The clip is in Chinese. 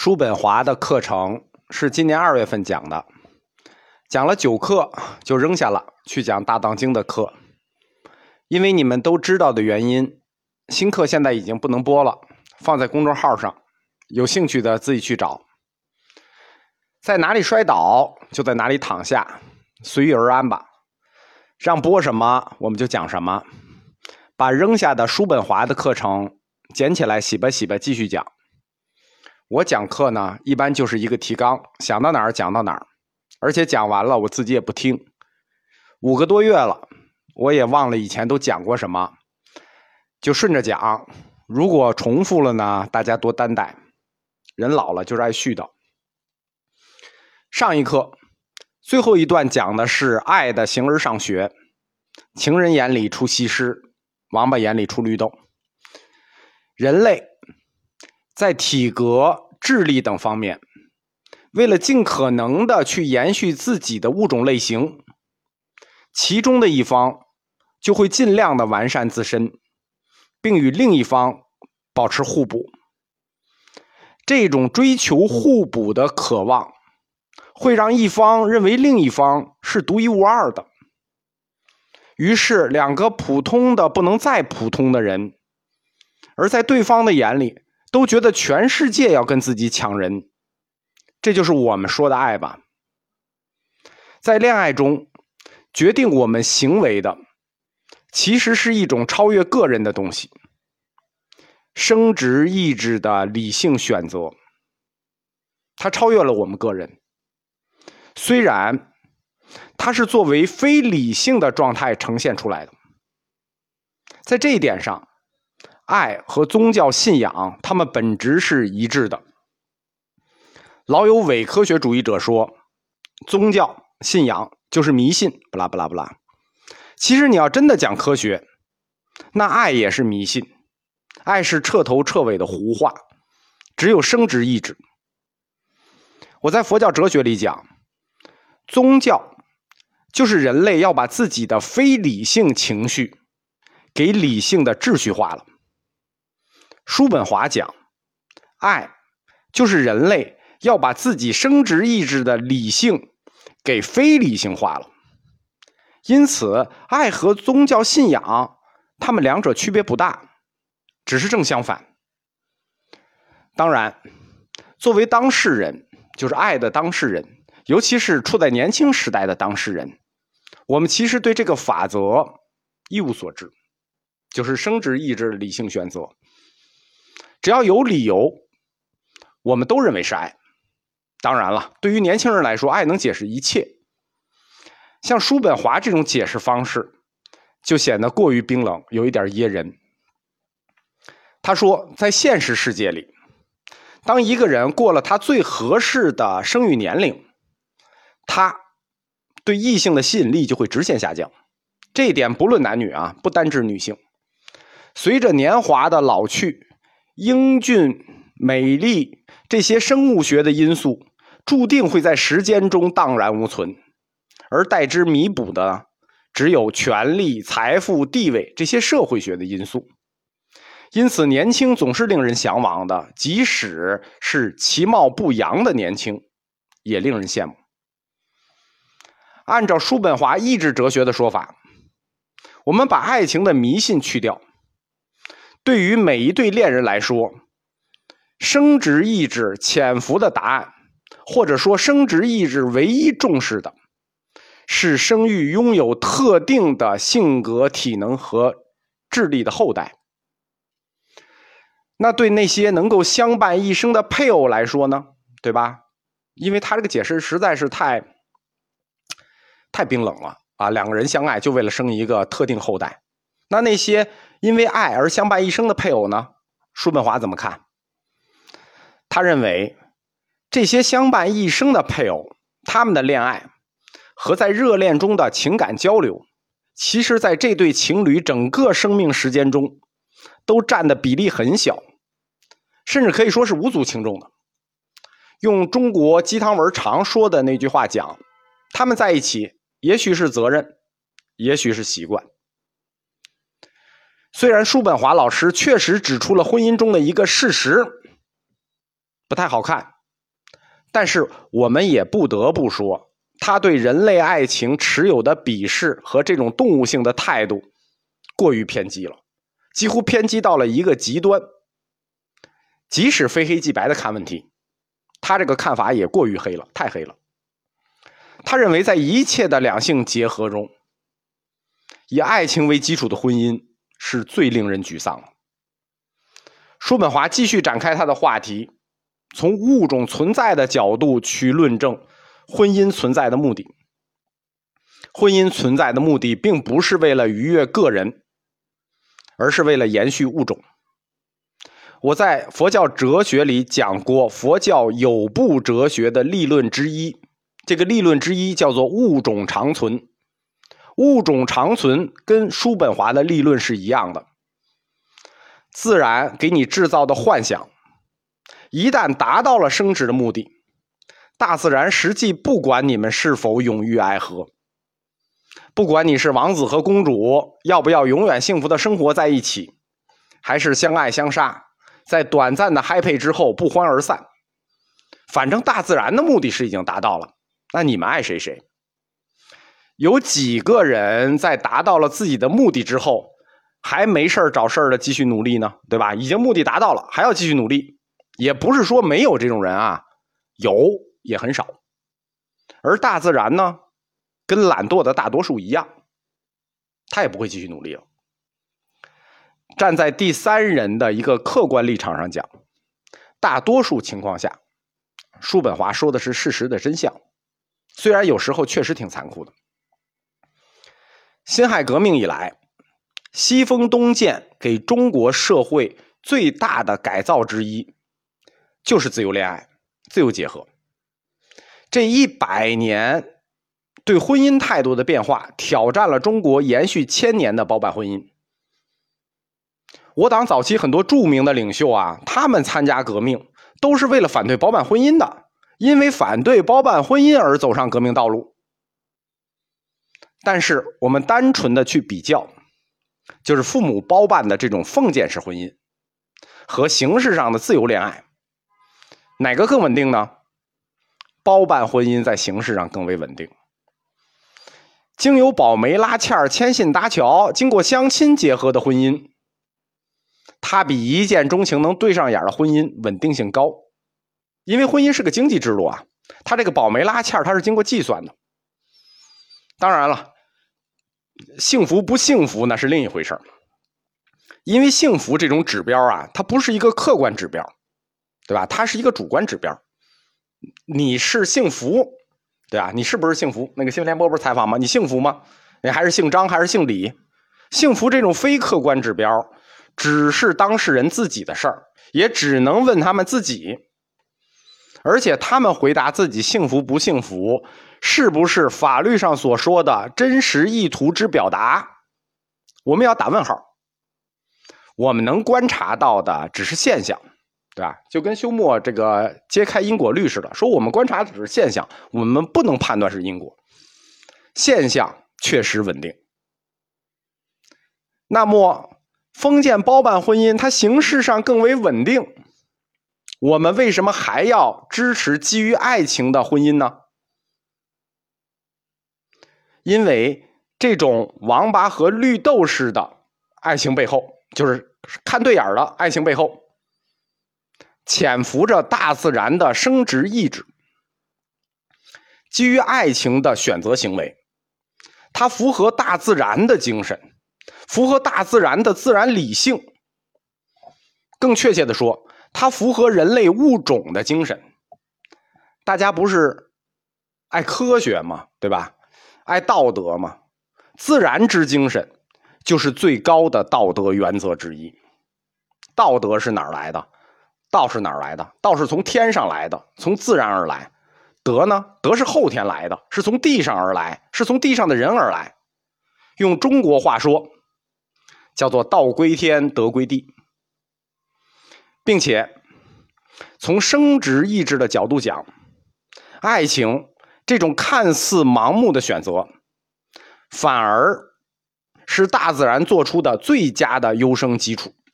叔本华的课程是今年2月份讲的，讲了9课就扔下了，去讲大藏经的课。因为你们都知道的原因，新课现在已经不能播了，放在公众号上，有兴趣的自己去找。在哪里摔倒就在哪里躺下，随遇而安吧。让播什么我们就讲什么，把扔下的叔本华的课程捡起来洗吧洗吧继续讲。我讲课呢一般就是一个提纲，想到哪儿讲到哪儿，而且讲完了我自己也不听。5个多月了，我也忘了以前都讲过什么，就顺着讲。如果重复了呢，大家多担待，人老了就是爱絮叨。上一课最后一段讲的是爱的形而上学，情人眼里出西施，王八眼里出绿豆。人类在体格、智力等方面，为了尽可能的去延续自己的物种类型，其中的一方就会尽量的完善自身，并与另一方保持互补。这种追求互补的渴望会让一方认为另一方是独一无二的，于是2个普通的不能再普通的人，而在对方的眼里都觉得全世界要跟自己抢人。这就是我们说的爱吧。在恋爱中，决定我们行为的其实是一种超越个人的东西，生殖意志的理性选择，它超越了我们个人。虽然它是作为非理性的状态呈现出来的，在这一点上，爱和宗教信仰它们本质是一致的。老有伪科学主义者说，宗教信仰就是迷信，不啦不啦不啦。其实你要真的讲科学，那爱也是迷信，爱是彻头彻尾的胡话，只有生殖意志。我在佛教哲学里讲，宗教就是人类要把自己的非理性情绪给理性的秩序化了。叔本华讲，爱就是人类要把自己生殖意志的理性给非理性化了。因此，爱和宗教信仰，他们2者区别不大，只是正相反。当然，作为当事人，就是爱的当事人，尤其是处在年轻时代的当事人，我们其实对这个法则一无所知，就是生殖意志的理性选择。只要有理由，我们都认为是爱。当然了，对于年轻人来说，爱能解释一切。像叔本华这种解释方式就显得过于冰冷，有一点噎人。他说，在现实世界里，当一个人过了他最合适的生育年龄，他对异性的吸引力就会直线下降。这一点不论男女啊，不单指女性。随着年华的老去，英俊、美丽这些生物学的因素注定会在时间中荡然无存，而代之弥补的只有权力、财富、地位这些社会学的因素。因此，年轻总是令人向往的，即使是其貌不扬的年轻，也令人羡慕。按照叔本华意志哲学的说法，我们把爱情的迷信去掉，对于每一对恋人来说，生殖意志潜伏的答案，或者说生殖意志唯一重视的，是生育拥有特定的性格、体能和智力的后代。那对那些能够相伴一生的配偶来说呢，对吧？因为他这个解释实在是太冰冷了啊！2个人相爱就为了生一个特定后代。那些因为爱而相伴一生的配偶呢？叔本华怎么看？他认为这些相伴一生的配偶，他们的恋爱和在热恋中的情感交流，其实在这对情侣整个生命时间中都占的比例很小，甚至可以说是无足轻重的。用中国鸡汤文常说的那句话讲，他们在一起也许是责任，也许是习惯。虽然叔本华老师确实指出了婚姻中的一个事实，不太好看， 但是我们也不得不说，他对人类爱情持有的鄙视和这种动物性的态度过于偏激了，几乎偏激到了一个极端。即使非黑即白的看问题，他这个看法也过于黑了，太黑了。他认为在一切的两性结合中，以爱情为基础的婚姻是最令人沮丧的。叔本华继续展开他的话题，从物种存在的角度去论证婚姻存在的目的。婚姻存在的目的并不是为了愉悦个人，而是为了延续物种。我在佛教哲学里讲过佛教有部哲学的立论之一，这个立论之一叫做物种长存。物种长存跟叔本华的立论是一样的。自然给你制造的幻想，一旦达到了生殖的目的，大自然实际不管你们是否永浴爱河，不管你是王子和公主要不要永远幸福的生活在一起，还是相爱相杀，在短暂的嗨配之后不欢而散，反正大自然的目的是已经达到了，那你们爱谁谁。有几个人在达到了自己的目的之后还没事找事的继续努力呢？对吧？已经目的达到了还要继续努力，也不是说没有这种人啊，有也很少。而大自然呢，跟懒惰的大多数一样，他也不会继续努力了。站在第三人的一个客观立场上讲，大多数情况下，叔本华说的是事实的真相，虽然有时候确实挺残酷的。辛亥革命以来，西风东渐给中国社会最大的改造之一，就是自由恋爱、自由结合。这100年对婚姻态度的变化，挑战了中国延续1000年的包办婚姻。我党早期很多著名的领袖啊，他们参加革命都是为了反对包办婚姻的，因为反对包办婚姻而走上革命道路。但是我们单纯的去比较，就是父母包办的这种封建式婚姻和形式上的自由恋爱，哪个更稳定呢？包办婚姻在形式上更为稳定。经由保媒拉纤、牵线搭桥，经过相亲结合的婚姻，它比一见钟情能对上眼的婚姻稳定性高。因为婚姻是个经济制度啊，它这个保媒拉纤它是经过计算的。当然了，幸福不幸福那是另一回事。因为幸福这种指标啊，它不是一个客观指标，对吧？它是一个主观指标。你是幸福，对吧？你是不是幸福？那个新闻联播不是采访吗？你幸福吗？你还是姓张还是姓李？幸福这种非客观指标只是当事人自己的事儿，也只能问他们自己。而且他们回答自己幸福不幸福，是不是法律上所说的真实意图之表达，我们要打问号。我们能观察到的只是现象，对吧？就跟休谟这个揭开因果律似的，说我们观察的只是现象，我们不能判断是因果。现象确实稳定。那么封建包办婚姻它形式上更为稳定，我们为什么还要支持基于爱情的婚姻呢？因为这种王八和绿豆式的爱情背后，就是看对眼的爱情背后，潜伏着大自然的生殖意志。基于爱情的选择行为，它符合大自然的精神，符合大自然的自然理性。更确切的说，它符合人类物种的精神。大家不是爱科学吗？对吧？爱道德吗？自然之精神就是最高的道德原则之一。道德是哪儿来的？道是哪儿来的？道是从天上来的，从自然而来。德呢？德是后天来的，是从地上而来，是从地上的人而来。用中国话说，叫做道归天，德归地。并且从生殖意志的角度讲，爱情这种看似盲目的选择，反而是大自然做出的最佳的优生基础。